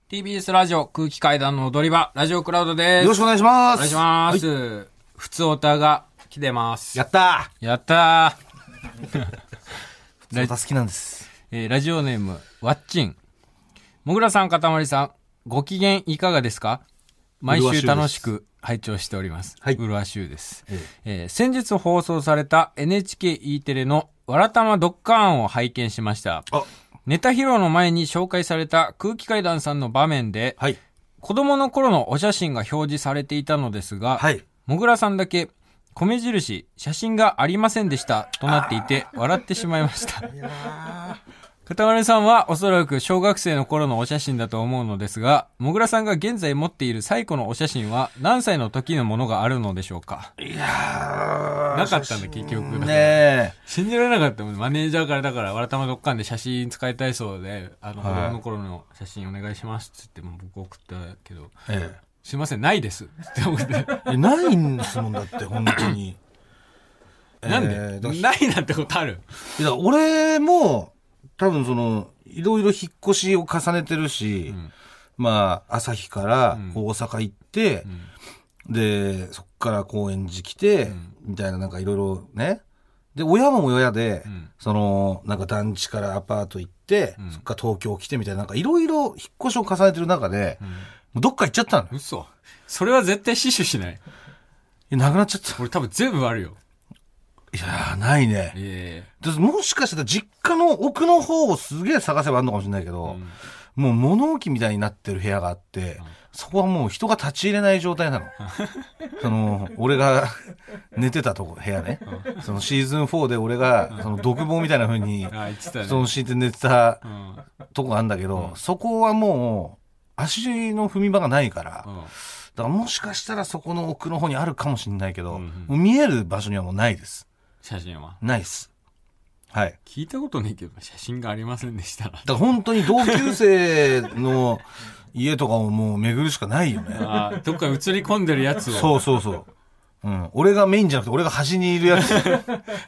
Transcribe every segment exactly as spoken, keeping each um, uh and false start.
ティービーエス ラジオ空気階段の踊り場、ラジオクラウドです。 よろしくお願いします。 お願いします。はい、ふつおたが来てます。 やったーやったーふつおた好きなんです。 えー、ラジオネーム、ワッチン。もぐらさん、かたまりさん、ご機嫌いかがですか？毎週楽しく拝聴しております。はい。うるわしゅうです。えええー、先日放送された エヌエイチケー E テレのわらたまドッカーンを拝見しました。あネタ披露の前に紹介された空気階段さんの場面で、はい、子供の頃のお写真が表示されていたのですが、はい、もぐらさんだけ米印、写真がありませんでしたとなっていて笑ってしまいました。かたまりさんはおそらく小学生の頃のお写真だと思うのですが、もぐらさんが現在持っている最古のお写真は何歳の時のものがあるのでしょうか？いやーなかったんだ結局ねえ信じられなかったもん。マネージャーからだからわらたまドッカンで写真使いたいそうで、あの子供の頃の写真お願いしますって言っても僕送ったけど、ええ、すいませんないですって思ってえないんですもんだって本当になんで、えー、ないなんてことある？ いや俺も多分そのいろいろ引っ越しを重ねてるし、うん、まあ朝日から大阪行って、うん、でそっから高円寺来て、うん、みたいななんかいろいろねで親も親で、うん、そのなんか団地からアパート行って、うん、そっから東京来てみたいななんかいろいろ引っ越しを重ねてる中で、うん、もうどっか行っちゃったの。 嘘。それは絶対死守しない。 いなくなっちゃった。 俺多分全部あるよ。 いやーないね、えー、もしかしたら実家の奥の方をすげえ探せばあるのかもしれないけど、うん、もう物置みたいになってる部屋があって、うん、そこはもう人が立ち入れない状態なのその俺が寝てたとこ部屋ね、うん、そのシーズンフォーで俺がその独房みたいな風に布団敷いて寝てたとこがあるんだけど、うん、そこはもう足の踏み場がないから、うん、だからもしかしたらそこの奥の方にあるかもしれないけど、うんうん、もう見える場所にはもうないです。 写真はないっす。はい。 聞いたことないけど写真がありませんでした。だから本当に同級生の家とかをもう巡るしかないよね。 ああ、どっか映り込んでるやつを。 そうそうそう。うん。俺がメインじゃなくて俺が端にいるやつ。だ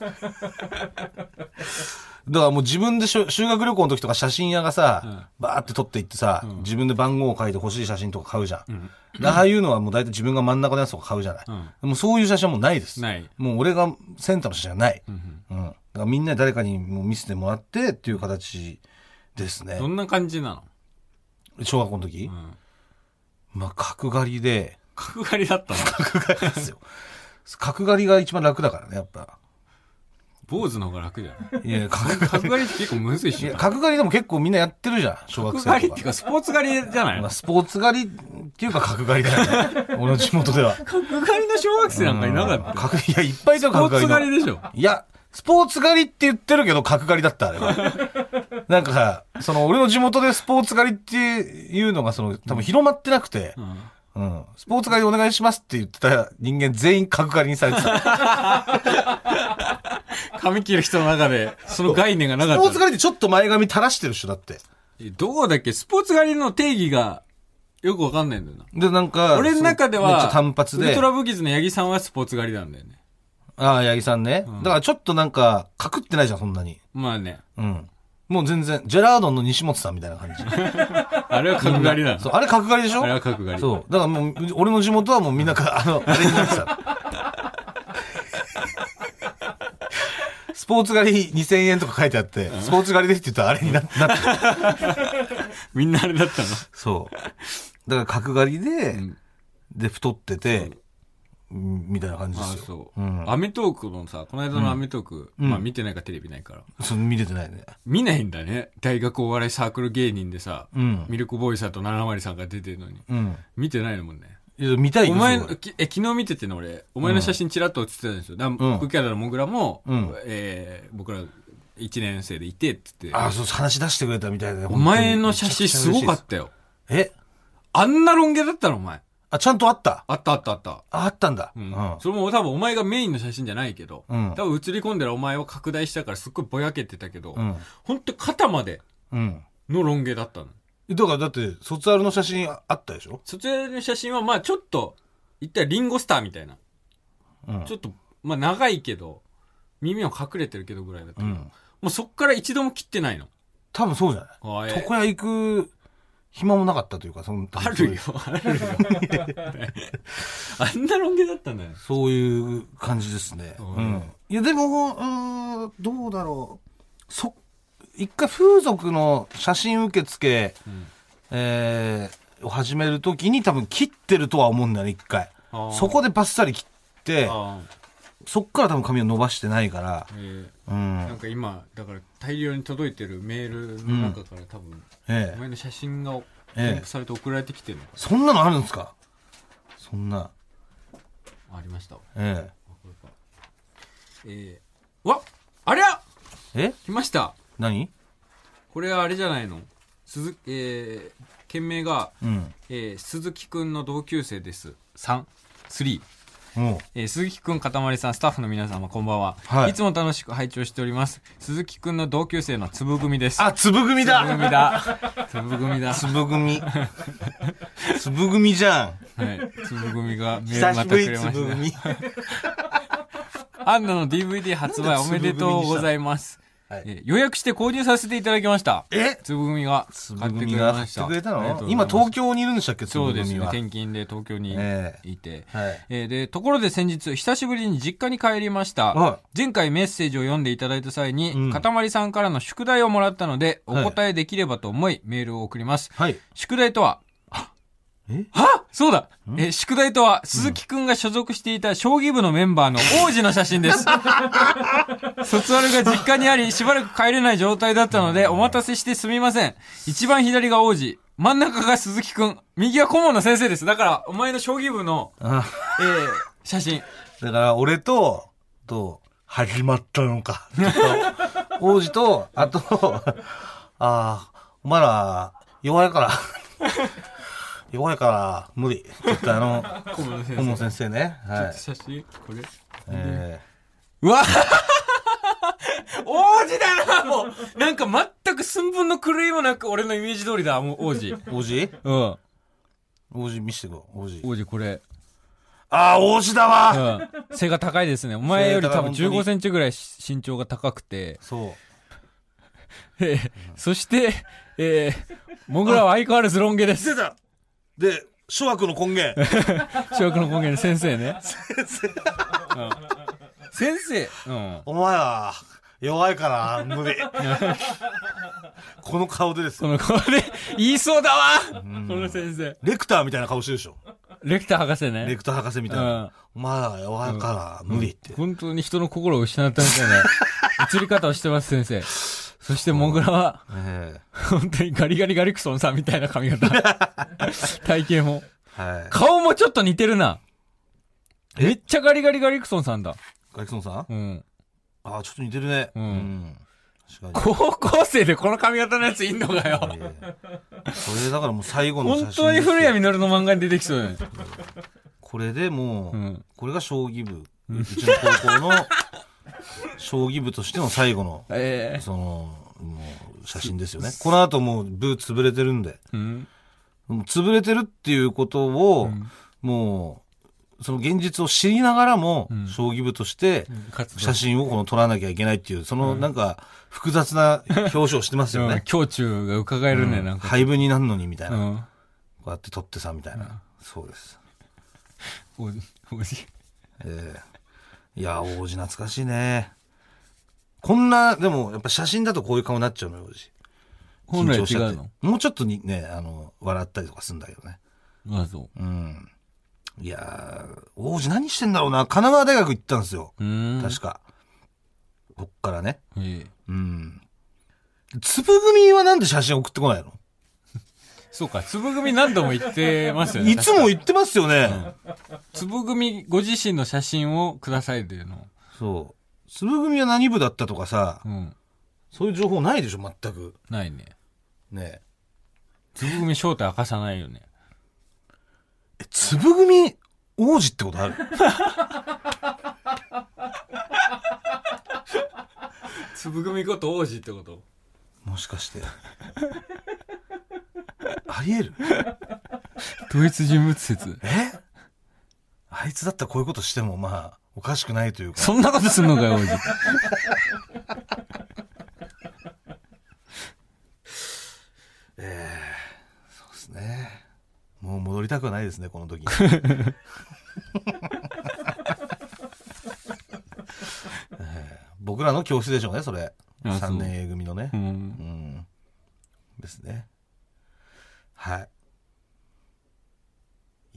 からもう自分で修学旅行の時とか写真屋がさ、うん、バーって撮っていってさ、うん、自分で番号を書いて欲しい写真とか買うじゃん。うんああいうのはもう大体自分が真ん中のやつとか買うじゃない。うん、もうそういう写真はもうないです。ない。もう俺がセンターの写真はない。うんうん、だからみんな誰かにもう見せてもらってっていう形ですね。 どんな感じなの？ 小学校の時、うん、まあ角刈りで。 角刈りだったの？ 角刈りですよ。角刈りが一番楽だからねやっぱ。 坊主の方が楽じゃない？いや、 角刈りって結構むずいし。 いや、角刈りでも結構みんなやってるじゃん、小学生とか。 角刈りっていうか、スポーツ刈りじゃない？ まあ、スポーツ刈りっていうか角刈りだよね。俺の地元では。 角刈りの小学生なんかいなかった。 角いや、いっぱいいたよ、角刈りの。 スポーツ刈りでしょ。 いや、スポーツ刈りって言ってるけど、角刈りだった、あれは。なんかさ、その、俺の地元でスポーツ刈りっていうのが、その、多分広まってなくて、うんうん、スポーツ刈りお願いしますって言ってた人間全員角刈りにされてた。 髪切る人の中でその概念がなかった。 スポーツ刈りってちょっと前髪垂らしてる人だって。 どうだっけ？スポーツ刈りの定義がよくわかんないんだよな。 でなんか俺の中ではめっちゃ単発でウルトラブギーズの八木さんはスポーツ刈りなんだよね。 ああ八木さんね、うん、だからちょっとなんか隠ってないじゃんそんなに。 まあね。 うん。もう全然ジェラードンの西本さんみたいな感じ。 あれは角刈りなの。 そうあれ角刈りでしょ？ あれは角刈り。 そうだからもう俺の地元はもうみんなかあのあれになってた。スポーツ狩りにせんえんとか書いてあって、うん、スポーツ狩りですって言ったらあれになってみんなあれだったの？ そう。だから角刈りで、うん、で太ってて、うん、みたいな感じですよ。ああそう。うん。 アメトークのさ、この間のアメトーク、うん、まあ見てないからテレビないから。 そう、見れてないね。 見ないんだね。大学お笑いサークル芸人でさ、うん、ミルクボーイさんとななまりさんが出てるのに、うん、見てないのもんね。 いや見たいよ。 お前、え、昨日見ててね、俺、お前の写真チラッと写ってたんですよ。だから、副キャラのモグラも、うん、えー、僕らいちねん生でいて、って言って。 あ、そう、話出してくれたみたいで。 お前の写真すごかったよ。 えあんなロン毛だったの、お前。 あ、ちゃんとあったあったあったあった。 あ、あったんだ。 うん。うん、それも多分お前がメインの写真じゃないけど、うん、多分写り込んでるお前を拡大したからすっごいぼやけてたけど、うん、ほんと肩までのロン毛だったの。 だからだって、卒アルの写真あったでしょ？ 卒アルの写真はまあちょっと、言ったらリンゴスターみたいな。うん、ちょっと、まあ長いけど、耳は隠れてるけどぐらいだった、うん。もうそっから一度も切ってないの。 多分そうじゃない？床屋行く暇もなかったというか、そのあるよ、あるよ。あんなロン毛だったんだよ。 そういう感じですね。うん。いや、でも、うーん、どうだろう。そ、一回風俗の写真受付、うん、えー、を始めるときに多分切ってるとは思うんだよね、一回。そこでバッサリ切って、そっから多分髪を伸ばしてないから、 えーうん、なんか今だから大量に届いてるメールの中から多分、うんえー、お前の写真が添付されて送られてきてるのか、 えー、そんなのあるんですか？そんなありました。 ええー、えー、わありゃえ来ました。 何これはあれじゃないの？鈴えー、件名が、 うんえー、鈴木くんの同級生です。さん、スリーえー、鈴木くん、かたまりさん、スタッフの皆様こんばんは、はい、いつも楽しく拝聴しております。鈴木くんの同級生のつぶ組です。 あ、つぶ組だつぶ組だつぶ組だつぶ組つぶ組じゃん。はい、つぶ組がメールまたくれましたアンナの ディーブイディー 発売おめでとうございます。はいえー、予約して購入させていただきました。 えつぶ組が買ってくれました。 買ってくれたの？今東京にいるんでしたっけ？ そうですね。転勤で東京にいて、えーはいえー、でところで先日久しぶりに実家に帰りました。はい、前回メッセージを読んでいただいた際に、うん、かたまりさんからの宿題をもらったのでお答えできればと思い、はい、メールを送ります。はい、宿題とはえはそうだえ宿題とは、鈴木くんが所属していた将棋部のメンバーの王子の写真です。卒アルが実家にあり、しばらく帰れない状態だったので、お待たせしてすみません。一番左が王子、真ん中が鈴木くん、右は顧問の先生です。だから、お前の将棋部の、えー、写真。 だから、俺と、と、始まったのか。王子と、あと、ああ、お前ら、弱いから。弱いから、無理。ちょっとあの、顧問先生。顧問先生ね。はい。ちょっと写真これ。 えー、うわ王子だなもうなんか全く寸分の狂いもなく俺のイメージ通りだ、もう王子。 王子うん。 王子見してこう。王子。 王子これ。 ああ、王子だわ、 うん、背が高いですね。お前より多分じゅうごセンチぐらい身長が高くて。 そう。 えー、そして、えー、モグラは相変わらずロン毛です。 出たで、諸悪の根源。 諸悪の根源の先生ね。 先生。 うん、先生、うん。 お前は、弱いから、無理。この顔でですよ。この顔で、言いそうだわ、うん、この先生。 レクターみたいな顔してるでしょ。 レクター博士ね。 レクター博士みたいな。うん、お前は弱いから、無理って、 うん。本当に人の心を失ったみたいな映り方をしてます、先生。そしてモグラは、えー、本当にガリガリガリクソンさんみたいな髪型。体型も、はい。顔もちょっと似てるな。めっちゃガリガリガリクソンさんだ。 ガリクソンさん？ うん。 ああ、ちょっと似てるね。うん。うん、 高校生でこの髪型のやついんのかよ。 これだからもう最後の写真。 本当に古谷実の漫画に出てきそうだね。 これでもう、うん、これが将棋部。うちの高校の、将棋部としての最後の、えー、その、もう写真ですよね。この後もう部潰れてるんで、うん、もう潰れてるっていうことを、うん、もう、その現実を知りながらも、うん、将棋部として写真をこの撮らなきゃいけないっていう、そのなんか複雑な表情をしてますよね。 胸中が伺えるね、うん、なんか。 廃部になるのにみたいな、うん。こうやって撮ってさ、みたいな。うん、そうです。 王子。王子。 えー、いや、王子懐かしいね。こんな、でも、やっぱ写真だとこういう顔になっちゃうのよ、王子。 本来違うの？ もうちょっとにね、あの、笑ったりとかするんだけどね。 ああ、そう。 うん。いやー、王子何してんだろうな。神奈川大学行ったんですよ。確か。こっからね。 ええ、 うん。つぶ組はなんで写真送ってこないの？ そうか、つぶ組何度も言ってますよね。 いつも言ってますよね。 うん、つぶ組ご自身の写真をくださいっていうの。 そう。つぶ組は何部だったとかさ、うん、そういう情報ないでしょ、全く。 ないね。 ねえ。 つぶ組正体明かさないよね。 え、つぶ組王子ってことある？ つぶ組こと王子ってこと？ もしかして。ありえる？ 同一人物説。 え？あいつだったらこういうことしてもまあおかしくないというか。 そんなことすんのかよ、王子。 ええー、 もう戻りたくはないですね、この時に。僕らの教室でしょうね、それ。さんねん A 組のね。うん。うん。ですね。はい。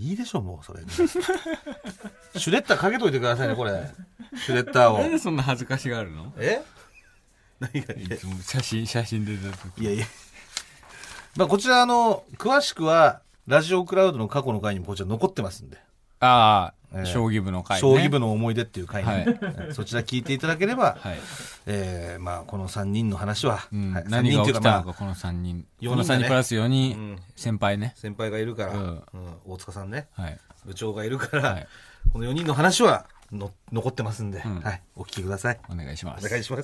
いいでしょ、もう、それ。シュレッダーかけといてくださいね、これ。シュレッダーを。 なんでそんな恥ずかしがあるの？ え？何がいい？ 写真、写真で出た時。 いやいや。まあ、こちら、あの、詳しくは、ラジオクラウドの過去の回にもこちら残ってますんで。 ああ、えー、将棋部の回、ね。 将棋部の思い出っていう回に、ね、はい、そちら聞いていただければ、はい、えー、まあ、このさんにんの話は、 うんはい、何が起きたのか、このさんにん。よにんね、このさんにんプラスよにん、うん、先輩ね。 先輩がいるから、うんうん、大塚さんね、 はい、 部長がいるから、はい、このよにんの話はの残ってますんで、うん、はい、お聞きください。 お願いします。 お願いします。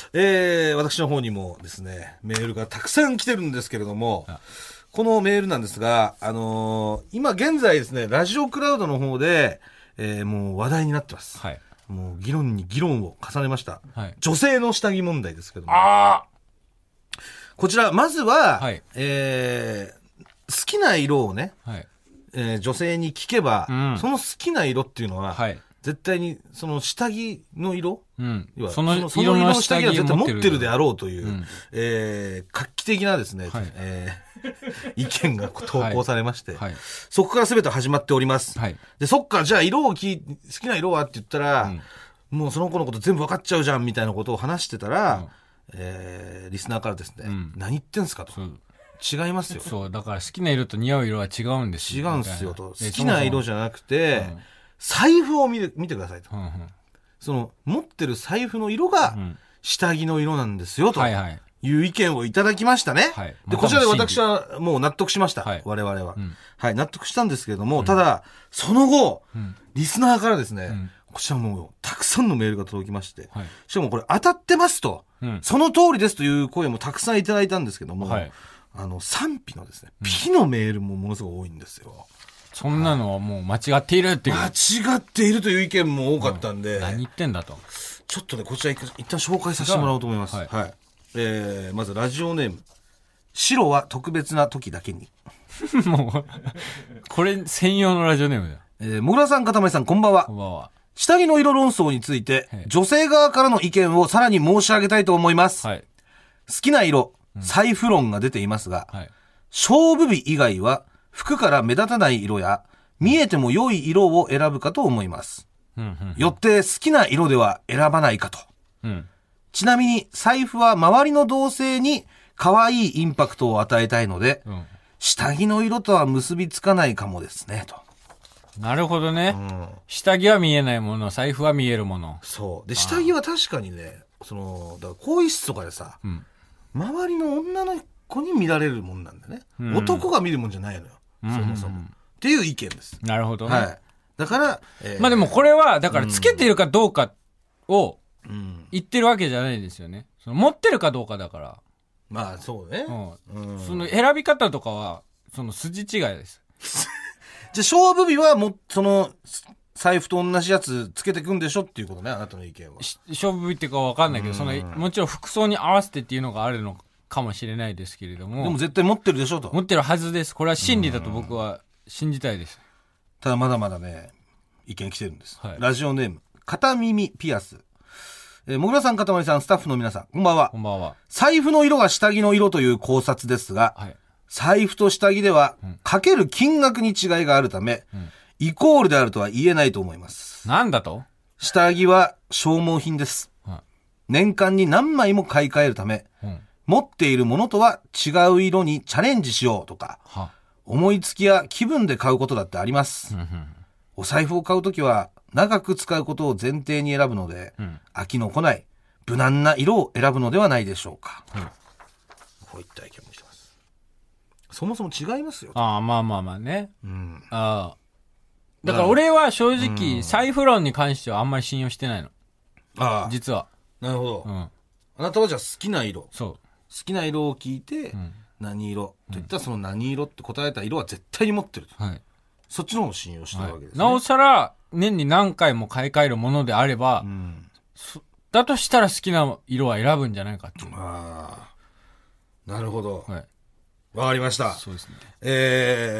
えー、私の方にもですね、メールがたくさん来てるんですけれども、このメールなんですが、あのー、今現在ですね、ラジオクラウドの方で、えー、もう話題になってます。はい。もう議論に議論を重ねました。はい。女性の下着問題ですけども。ああこちら、まずは、はい、えー、好きな色をね、はい、えー、女性に聞けば、うん、その好きな色っていうのは、はい、絶対にその下着の色、うん、その色の下着は絶対持ってるであろうという、うん、えー、画期的なですね、はい、えー意見が投稿されまして、はいはい、そこから全て始まっております、はい、でそっかじゃあ色をき好きな色はって言ったら、うん、もうその子のこと全部分かっちゃうじゃんみたいなことを話してたら、うんえー、リスナーからですね、うん、何言ってんすかと違いますよそうだから好きな色と似合う色は違うんですよ違うんすよと好きな色じゃなくて、うん、財布を見て、見てくださいと、うんうん、その持ってる財布の色が下着の色なんですよと、はいはいいう意見をいただきましたね。はい、で、こちらで私はもう納得しました。はい、我々は、うん。はい、納得したんですけれども、うん、ただ、その後、うん、リスナーからですね、うん、こちらもうたくさんのメールが届きまして、はい、しかもこれ当たってますと、うん、その通りですという声もたくさんいただいたんですけども、はい、あの、賛否のですね、否のメールもものすごい多いんですよ。 そんなのはもう間違っているっていう。 間違っているという意見も多かったんで。うん、 何言ってんだと。 ちょっとね、こちら一旦紹介させてもらおうと思います。はい。はいえー、まずラジオネーム白は特別な時だけにもうこれ専用のラジオネームだよ、 えー、もぐらさんかたまりさんこんばんは。 こんばんは。 下着の色論争について女性側からの意見をさらに申し上げたいと思います、はい、好きな色、うん、財布論が出ていますが、はい、勝負日以外は服から目立たない色や見えても良い色を選ぶかと思います、うんうんうん、よって好きな色では選ばないかと、うんちなみに財布は周りの同性に可愛いインパクトを与えたいので、うん、下着の色とは結びつかないかもですねと。 なるほどね、うん、下着は見えないもの財布は見えるものそうで下着は確かにねそのだから更衣室とかでさ、うん、周りの女の子に見られるもんなんだね、うん、男が見るもんじゃないのよ、うん、そもそも、うん、っていう意見です。 なるほどね、はい、 だから、えー、 まあでもこれはだからつけているかどうかを、うん、言ってるわけじゃないですよね。その持ってるかどうかだから。 まあそうね。 うんうん、その選び方とかはその筋違いです。 じゃあ勝負日はもその財布と同じやつつけてくんでしょっていうことねあなたの意見は。 勝負日っていうかわかんないけど、そのもちろん服装に合わせてっていうのがあるのかもしれないですけれども。 でも絶対持ってるでしょと。 持ってるはずです。これは真理だと僕は信じたいです。 ただまだまだね意見来てるんです。はい、ラジオネーム片耳ピアス。えー、もぐらさんかたまりさんスタッフの皆さんこんばんは。 こんばんは。 財布の色が下着の色という考察ですが、はい、財布と下着では、うん、かける金額に違いがあるため、うん、イコールであるとは言えないと思います。 なんだと？ 下着は消耗品です、うん、年間に何枚も買い替えるため、うん、持っているものとは違う色にチャレンジしようとか、思いつきや気分で買うことだってあります、うんうん、お財布を買うときは長く使うことを前提に選ぶので、うん、飽きの来ない無難な色を選ぶのではないでしょうか、うん、こういった意見もしてます。そもそも違いますよ。 ああまあまあまあね、うん、ああだから俺は正直、うん、財布論に関してはあんまり信用してないの。ああ実は。 なるほど、うん、あなたはじゃあ好きな色そう好きな色を聞いて、うん、何色と言ったらその何色って答えた色は絶対に持ってると、はい、そっちの方を信用してるわけですね、 はい、なおさら年に何回も買い替えるものであれば、うん、だとしたら好きな色は選ぶんじゃないかっていう。 ああなるほど、はい、わかりました。 そうですね。 え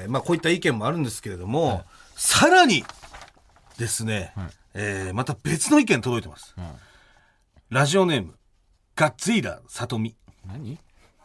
えー、まあこういった意見もあるんですけれども、はい、さらにですね、はい、えー、また別の意見届いてます。うん、ラジオネーム、ガッツイラさとみ。 何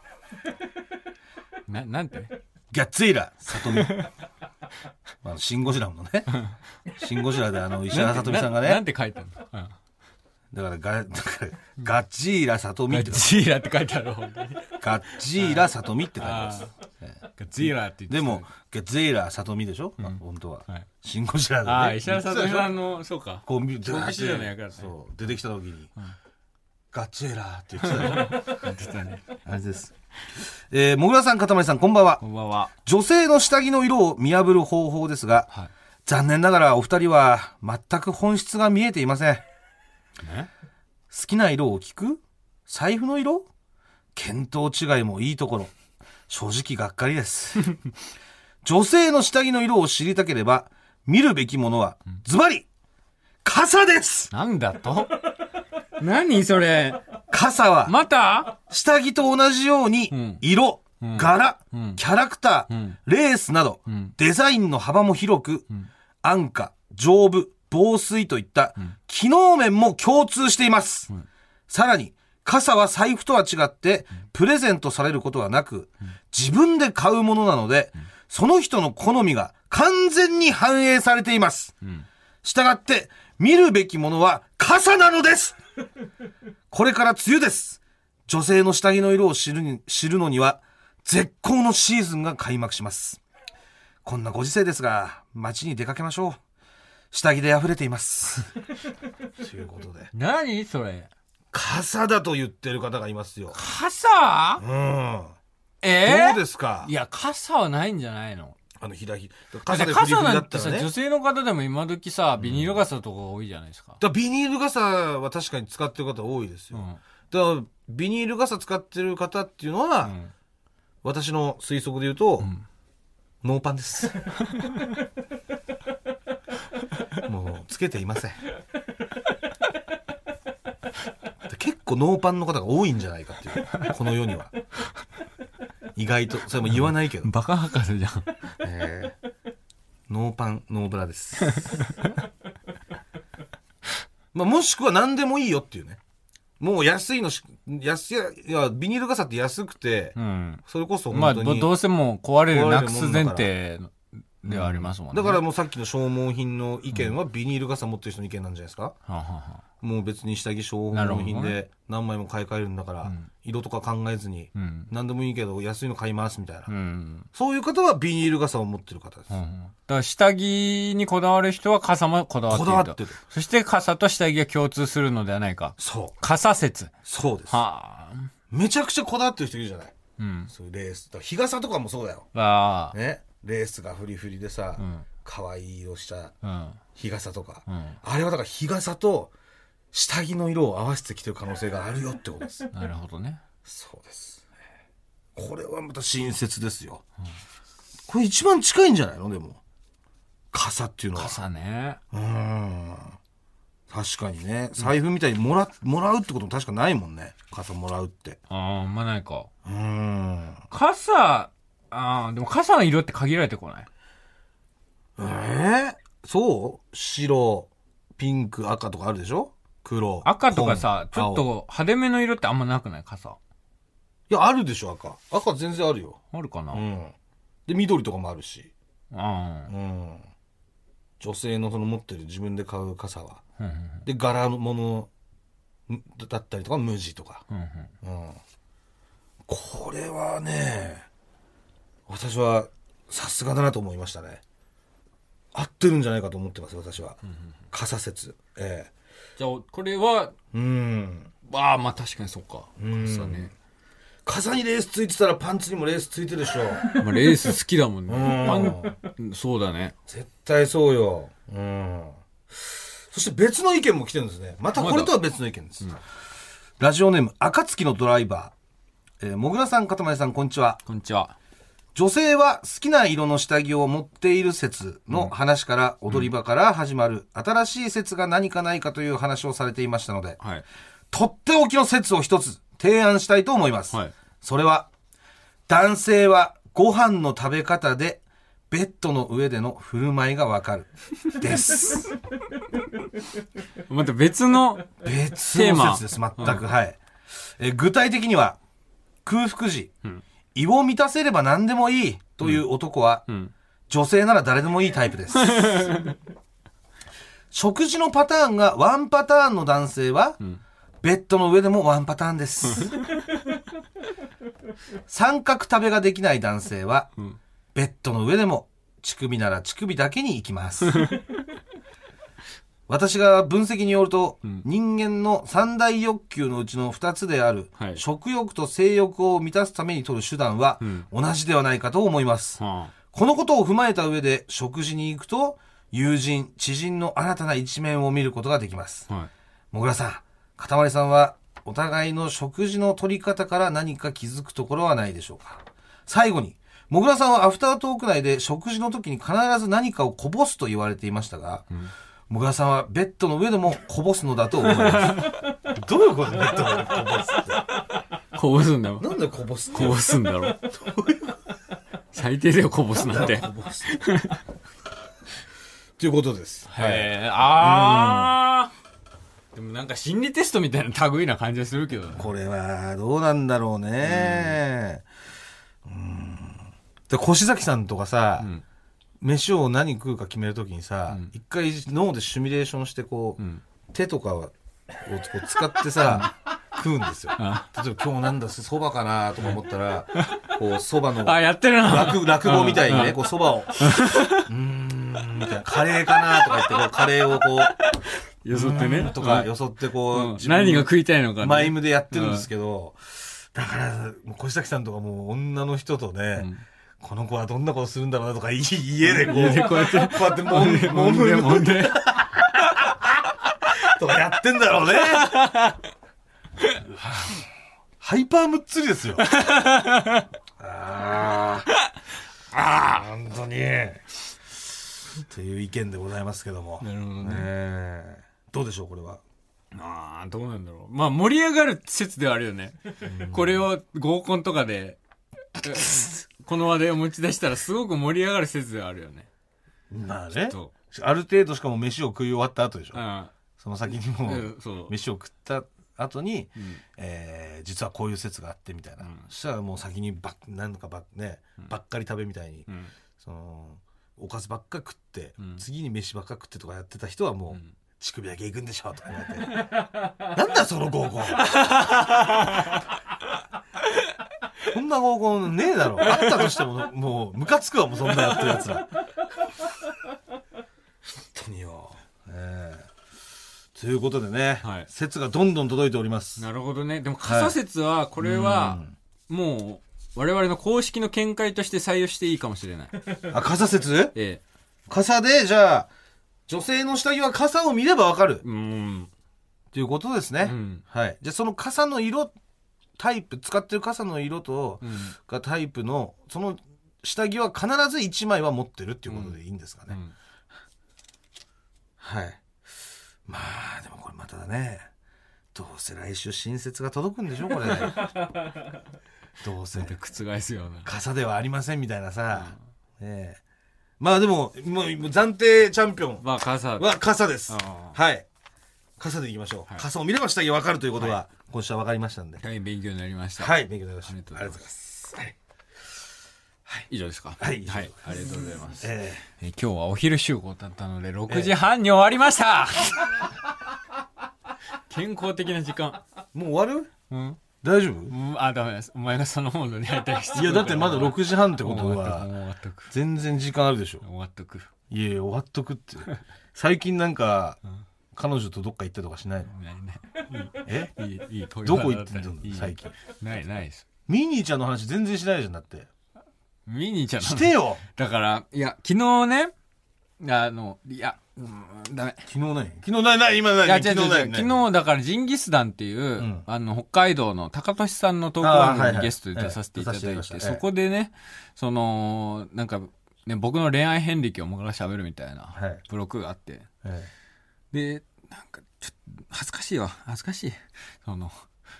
な、なんてガッツイラさとみ。あのシンゴジラのね。シンゴジラであの石原さとみさんがね。 なんて書いてあるの、うん、 だからガ、だからガッジーラさとみって。 ガッジーラって書いてある、本当に。 ガッジーラさとみって書いてあります。 ガッジーラって言って。 でも、ガッジーラさとみでしょ、うん、本当は。はい、シンゴジラでね。 ああ、石原さとみさんの、そうか。 こう、見て、 そう、出てきた時に、うん、ガッジーラって言ってたでしょ。言ってたね。あれです。えー、もぐらさん、かたまりさん、こんばんは。 こんばんは。 女性の下着の色を見破る方法ですが、はい、残念ながらお二人は全く本質が見えていません。 ね、 好きな色を聞く？財布の色？見当違いもいいところ。正直がっかりです。女性の下着の色を知りたければ、見るべきものは、ズバリ、傘です。 なんだと？何それ？ 傘は、 また下着と同じように、色、うん、柄、うん、キャラクター、うん、レースなど、うん、デザインの幅も広く、うん、安価、丈夫、防水といった、うん、機能面も共通しています。うん、さらに、傘は財布とは違って、プレゼントされることはなく、自分で買うものなので、その人の好みが完全に反映されています。したがって、見るべきものは傘なのです。これから梅雨です。女性の下着の色を知るに、知るのには、絶好のシーズンが開幕します。こんなご時世ですが、街に出かけましょう。下着で溢れています。ということで。 何それ？ 傘だと言ってる方がいますよ。 傘？ うん。 えー、 どうですか？ いや、傘はないんじゃないの？ あの、ひらひ。 傘でフリフリだったらね。女性の方でも今時さ、ビニール傘とか多いじゃないですか。 だビニール傘は確かに使ってる方多いですよ。うん、だからビニール傘使ってる方っていうのは、うん、私の推測で言うと、うん、ノーパンです。もう、つけていません。結構ノーパンの方が多いんじゃないかっていう、この世には。意外と、それも言わないけど。 バカ博士じゃん。 えー、ノーパン、ノーブラです。まあ、もしくは何でもいいよっていうね。もう安いのし、安い、いや、ビニール傘って安くて、うん、それこそ本当に。 まあ、どうせもう壊れるなくす前提ではありますもんね。 だからもうさっきの消耗品の意見はビニール傘持ってる人の意見なんじゃないですか、うん、はははもう別に下着消耗品で何枚も買い替えるんだから、ね、色とか考えずに、うん、何でもいいけど安いの買いますみたいな、うん、そういう方はビニール傘を持ってる方です、うん、だから下着にこだわる人は傘もこだわっていると。こだわってる。そして傘と下着が共通するのではないか。 そう。 傘説。 そうです。はあ。めちゃくちゃこだわってる人いるじゃない。うん。そういうレース。だから日傘とかもそうだよ。ああ。ね。レースがフリフリでさ、うん、可愛い色した日傘とか、うん、あれはだから日傘と下着の色を合わせてきてる可能性があるよってことです。 なるほどね。 そうです。これはまた親切ですよ。うん、これ一番近いんじゃないのでも傘っていうのは。 傘ね。 うん。確かにね。財布みたいにもらもらうってことも確かないもんね。傘もらうって。 ああ、あんまないか。 うん。 傘。ああ、でも傘の色って限られてこない？ えー、そう白、ピンク、赤とかあるでしょ？黒。 赤とかさ、ちょっと派手めの色ってあんまなくない？傘。 いや、あるでしょ、赤。赤全然あるよ。 あるかな？ うん。で、緑とかもあるし。 ああ。 うん。女性のその持ってる自分で買う傘は。うんうん、で、柄のものだったりとか、無地とか。うんうんうん、これはね、私はさすがだなと思いましたね。合ってるんじゃないかと思ってます私は、うんうんうん、傘説、ええ、 じゃあこれはうんああまあ確かにそうか。傘ね。 傘にレースついてたらパンツにもレースついてるでしょ。 まあレース好きだもんね。パンそうだね。 絶対そうよ。うん。そして別の意見も来てるんですね。またこれとは別の意見です。まうん、ラジオネーム暁のドライバー、えー、もぐらさんかたまりさんこんにちは。 こんにちは。 女性は好きな色の下着を持っている説の話から、うん、踊り場から始まる新しい説が何かないかという話をされていましたので、はい、とっておきの説を一つ提案したいと思います。はい、それは、男性はご飯の食べ方でベッドの上での振る舞いがわかる。です。 また別の別の説です、全く。うん、はい。え具体的には、空腹時、うん、胃を満たせれば何でもいいという男は、うんうん、女性なら誰でもいいタイプです。食事のパターンがワンパターンの男性は、うん、ベッドの上でもワンパターンです。三角食べができない男性は、うん、ベッドの上でも乳首なら乳首だけに行きます。私が分析によると、うん、人間の三大欲求のうちの二つである、はい、食欲と性欲を満たすために取る手段は、うん、同じではないかと思います、はあ、このことを踏まえた上で食事に行くと友人知人の新たな一面を見ることができます、はい、もぐらさん、かたまりさんはお互いの食事の取り方から何か気づくところはないでしょうか。最後に、もぐらさんはアフタートーク内で食事の時に必ず何かをこぼすと言われていましたが、うん、もぐらさんはベッドの上でもこぼすのだと思います。どういうこと？ベッドの上でこぼすって。 こぼすんだろ。 なんでこぼすって。 こぼすんだろ。最低だよ、こぼすなんて。こぼす。 ということです。 へえ、はい、あー。でもなんか心理テストみたいな類な感じがするけどね。 これはどうなんだろうね。うん。うんで、越崎さんとかさ、うん、飯を何食うか決めるときにさ、うん、一回脳でシミュレーションしてこう、うん、手とかをこう使ってさ、食うんですよ。例えば今日なんだ蕎麦かなとか思ったら、こう蕎麦のあやってるな落落語みたいにね、こう蕎麦をうーんみたいなカレーかなとか言ってこうカレーをこうよそってねとかよそってこう、 うん、何が食いたいのかねマイムでやってるんですけど、うん、だから越崎さんとかもう女の人とね。うんこの子はどんなことするんだろうなとか家でこう、 でこうやってこうやってもんでもんでもんでとかやってんだろうね。ハイパームッツリですよ。ああ、あ本当にという意見でございますけども。 なるほどね。 えー、どうでしょうこれは。 ああどうなんだろう。まあ盛り上がる説ではあるよね。これを合コンとかで。この話題を持ち出したらすごく盛り上がる説ではあるよね。 まあね。ある程度しかも飯を食い終わった後でしょ。うん、その先にも飯を食った後に、うん、えー、実はこういう説があってみたいな。うん、そしたらもう先にばなんかばね、うん、ばっかり食べみたいに、うん、そのおかずばっか食って、うん、次に飯ばっか食ってとかやってた人はもう、うん、乳首だけ行くんでしょとか言われて。なんだその合コン。こんな合コンねえだろ。あったとしてももうムカつくわもうそんなやってるやつら。本当によ。えー、ということでね、はい、説がどんどん届いております。 なるほどね。でも傘説はこれはもう我々の公式の見解として採用していいかもしれない。 あ傘説？ ええ。 傘でじゃあ女性の下着は傘を見ればわかる。 うん。 ということですね。 うん、 はい。じゃあその傘の色タイプ使ってる傘の色と、うん、がタイプのその下着は必ずいちまいは持ってるっていうことでいいんですかね、うんうん、はい。まあでもこれまたねどうせ来週新説が届くんでしょこれ。どうせ覆すような傘ではありませんみたいなさ、うんね、まあでももう暫定チャンピオンは傘は傘です。はい傘でいきましょう、はい、傘を見れば下着分かるということが、はい、今週は分かりましたんで、 はい、勉強になりました。 はい、勉強になりました。 ありがとうございます。 はい、 はい、以上ですか。 はい、 はい、ありがとうございます。 えー、え今日はお昼集合だったのでろくじはんに終わりました。えー、健康的な時間。 もう終わる？ うん。 大丈夫？ うん、あ、ダメです。お前がそのモードに入ったりして。 いやだってまだろくじはんってことは全然時間あるでしょ。 終わっとく。 いやいや終わっとくって。最近なんか。うん彼女とどっか行ったとかしないの？ ないない。 え？ いいいいどこ行ってんの最近？ ないないです。 ミニーちゃんの話全然しないじゃんだって。 ミニーちゃんの話してよ。 だからいや昨日ねあのいや、うん、ダメ。 昨日ない昨日ないない今ない。いや違う違う違う昨日だからジンギスダンっていう、うん、あの北海道の高俊さんのトーク番組にゲストで出させていただいて、はいはい、そこでねそのなんかね僕の恋愛遍歴をもから喋るみたいなブログがあって。はいでなんかちょっと恥ずかしいわ恥ずかしいその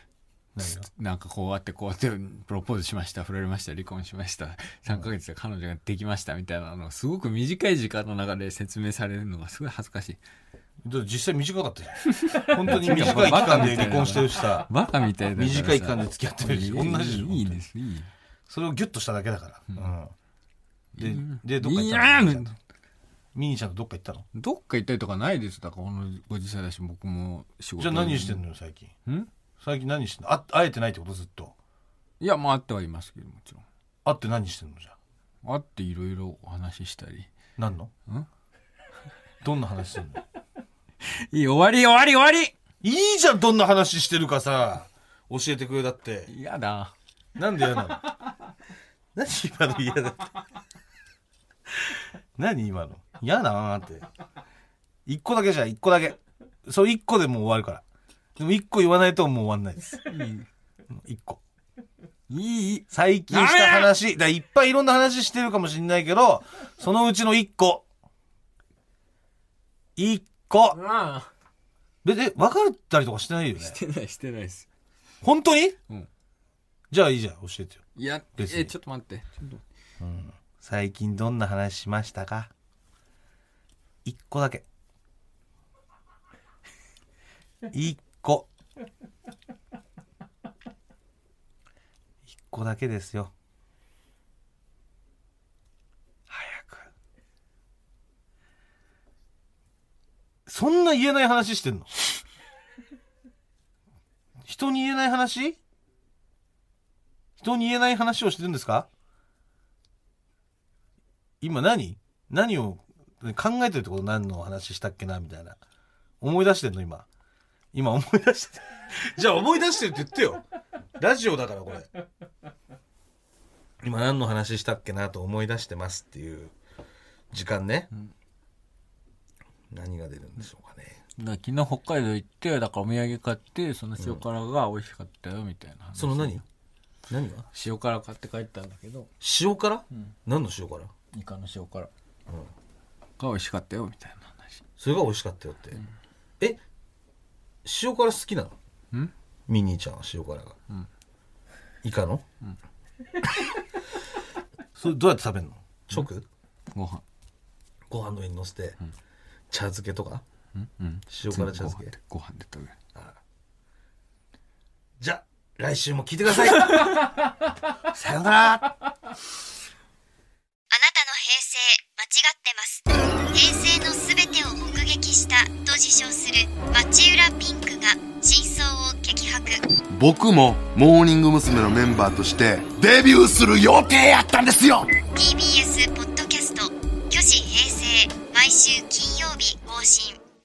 なんかこうやってこうやってプロポーズしました、振られました、離婚しました、さんかげつで彼女ができましたみたいなのをすごく短い時間の中で説明されるのがすごい恥ずかしい。 実際短かったじゃん。本当に短い期間で離婚してるしさ。 バカみたいな。 短い期間で付き合ってるし、同じじゃん。 いいです、いい。 それをギュッとしただけだから。うん。で、で、どっか行ったの？ミニーちゃんとどっか行ったの？ どっか行ったりとかないです。だからこのご時世だし、僕も仕事。 じゃあ何してんのよ、最近。 ん？ 最近何してんの？あ、会えてないってことずっと。 いや、まあ会ってはいますけど、もちろん。 会って何してんのじゃあ。会っていろいろお話ししたり。 何の？ん？どんな話するの？ いい、終わり終わり終わり。 いいじゃん、どんな話してるかさ。教えてくれだって。 嫌だ。 なんで嫌なの？何今の嫌だって。何今の？嫌だなーって。一個だけじゃ、一個だけ。そう、一個でもう終わるから。でも一個言わないともう終わんないです。一個。 いい？ 最近した話。だいっぱいいろんな話してるかもしんないけど、そのうちの一個。一個。別に別れたりとかしてないよね。 してない、してないです。 本当に？ うん。 じゃあいいじゃん、教えてよ。 いや、え、ちょっと待って。ちょっと。 うん。最近どんな話しましたか？一個だけ。一個。一個だけですよ。早く。そんな言えない話してんの？人に言えない話？人に言えない話をしてるんですか？今何？何を考えてるってこと？何の話したっけなみたいな。思い出してんの今。今思い出してじゃあ思い出してるって言ってよ。ラジオだからこれ。今何の話したっけなと思い出してますっていう時間ね。うん、何が出るんでしょうかね。 だ昨日北海道行って、だからお土産買って、その塩辛が美味しかったよみたいな話、 うん。その何？何が？ 塩辛買って帰ったんだけど。 塩辛？ うん、 何の塩辛？ イカの塩辛。うん。が美味しかったよみたいな話。 それが美味しかったよって。うん、え？塩辛好きなの？ん？ミニーちゃんは塩辛が。うん。イカの？うん。それどうやって食べるの？直？ ご飯。 ご飯の上に乗せて、うん、茶漬けとか？ うんうん。 塩辛茶漬け。 ご飯で食べる。 ああ。じゃあ来週も聞いてください。さよなら。あなたの平成間違ってます。平成のすべてを目撃したと自称する町浦ピンクが真相を激白。 僕もモーニング娘。のメンバーとしてデビューする予定やったんですよ。 ティービーエス ポッドキャスト「虚子平成」毎週金曜日更新。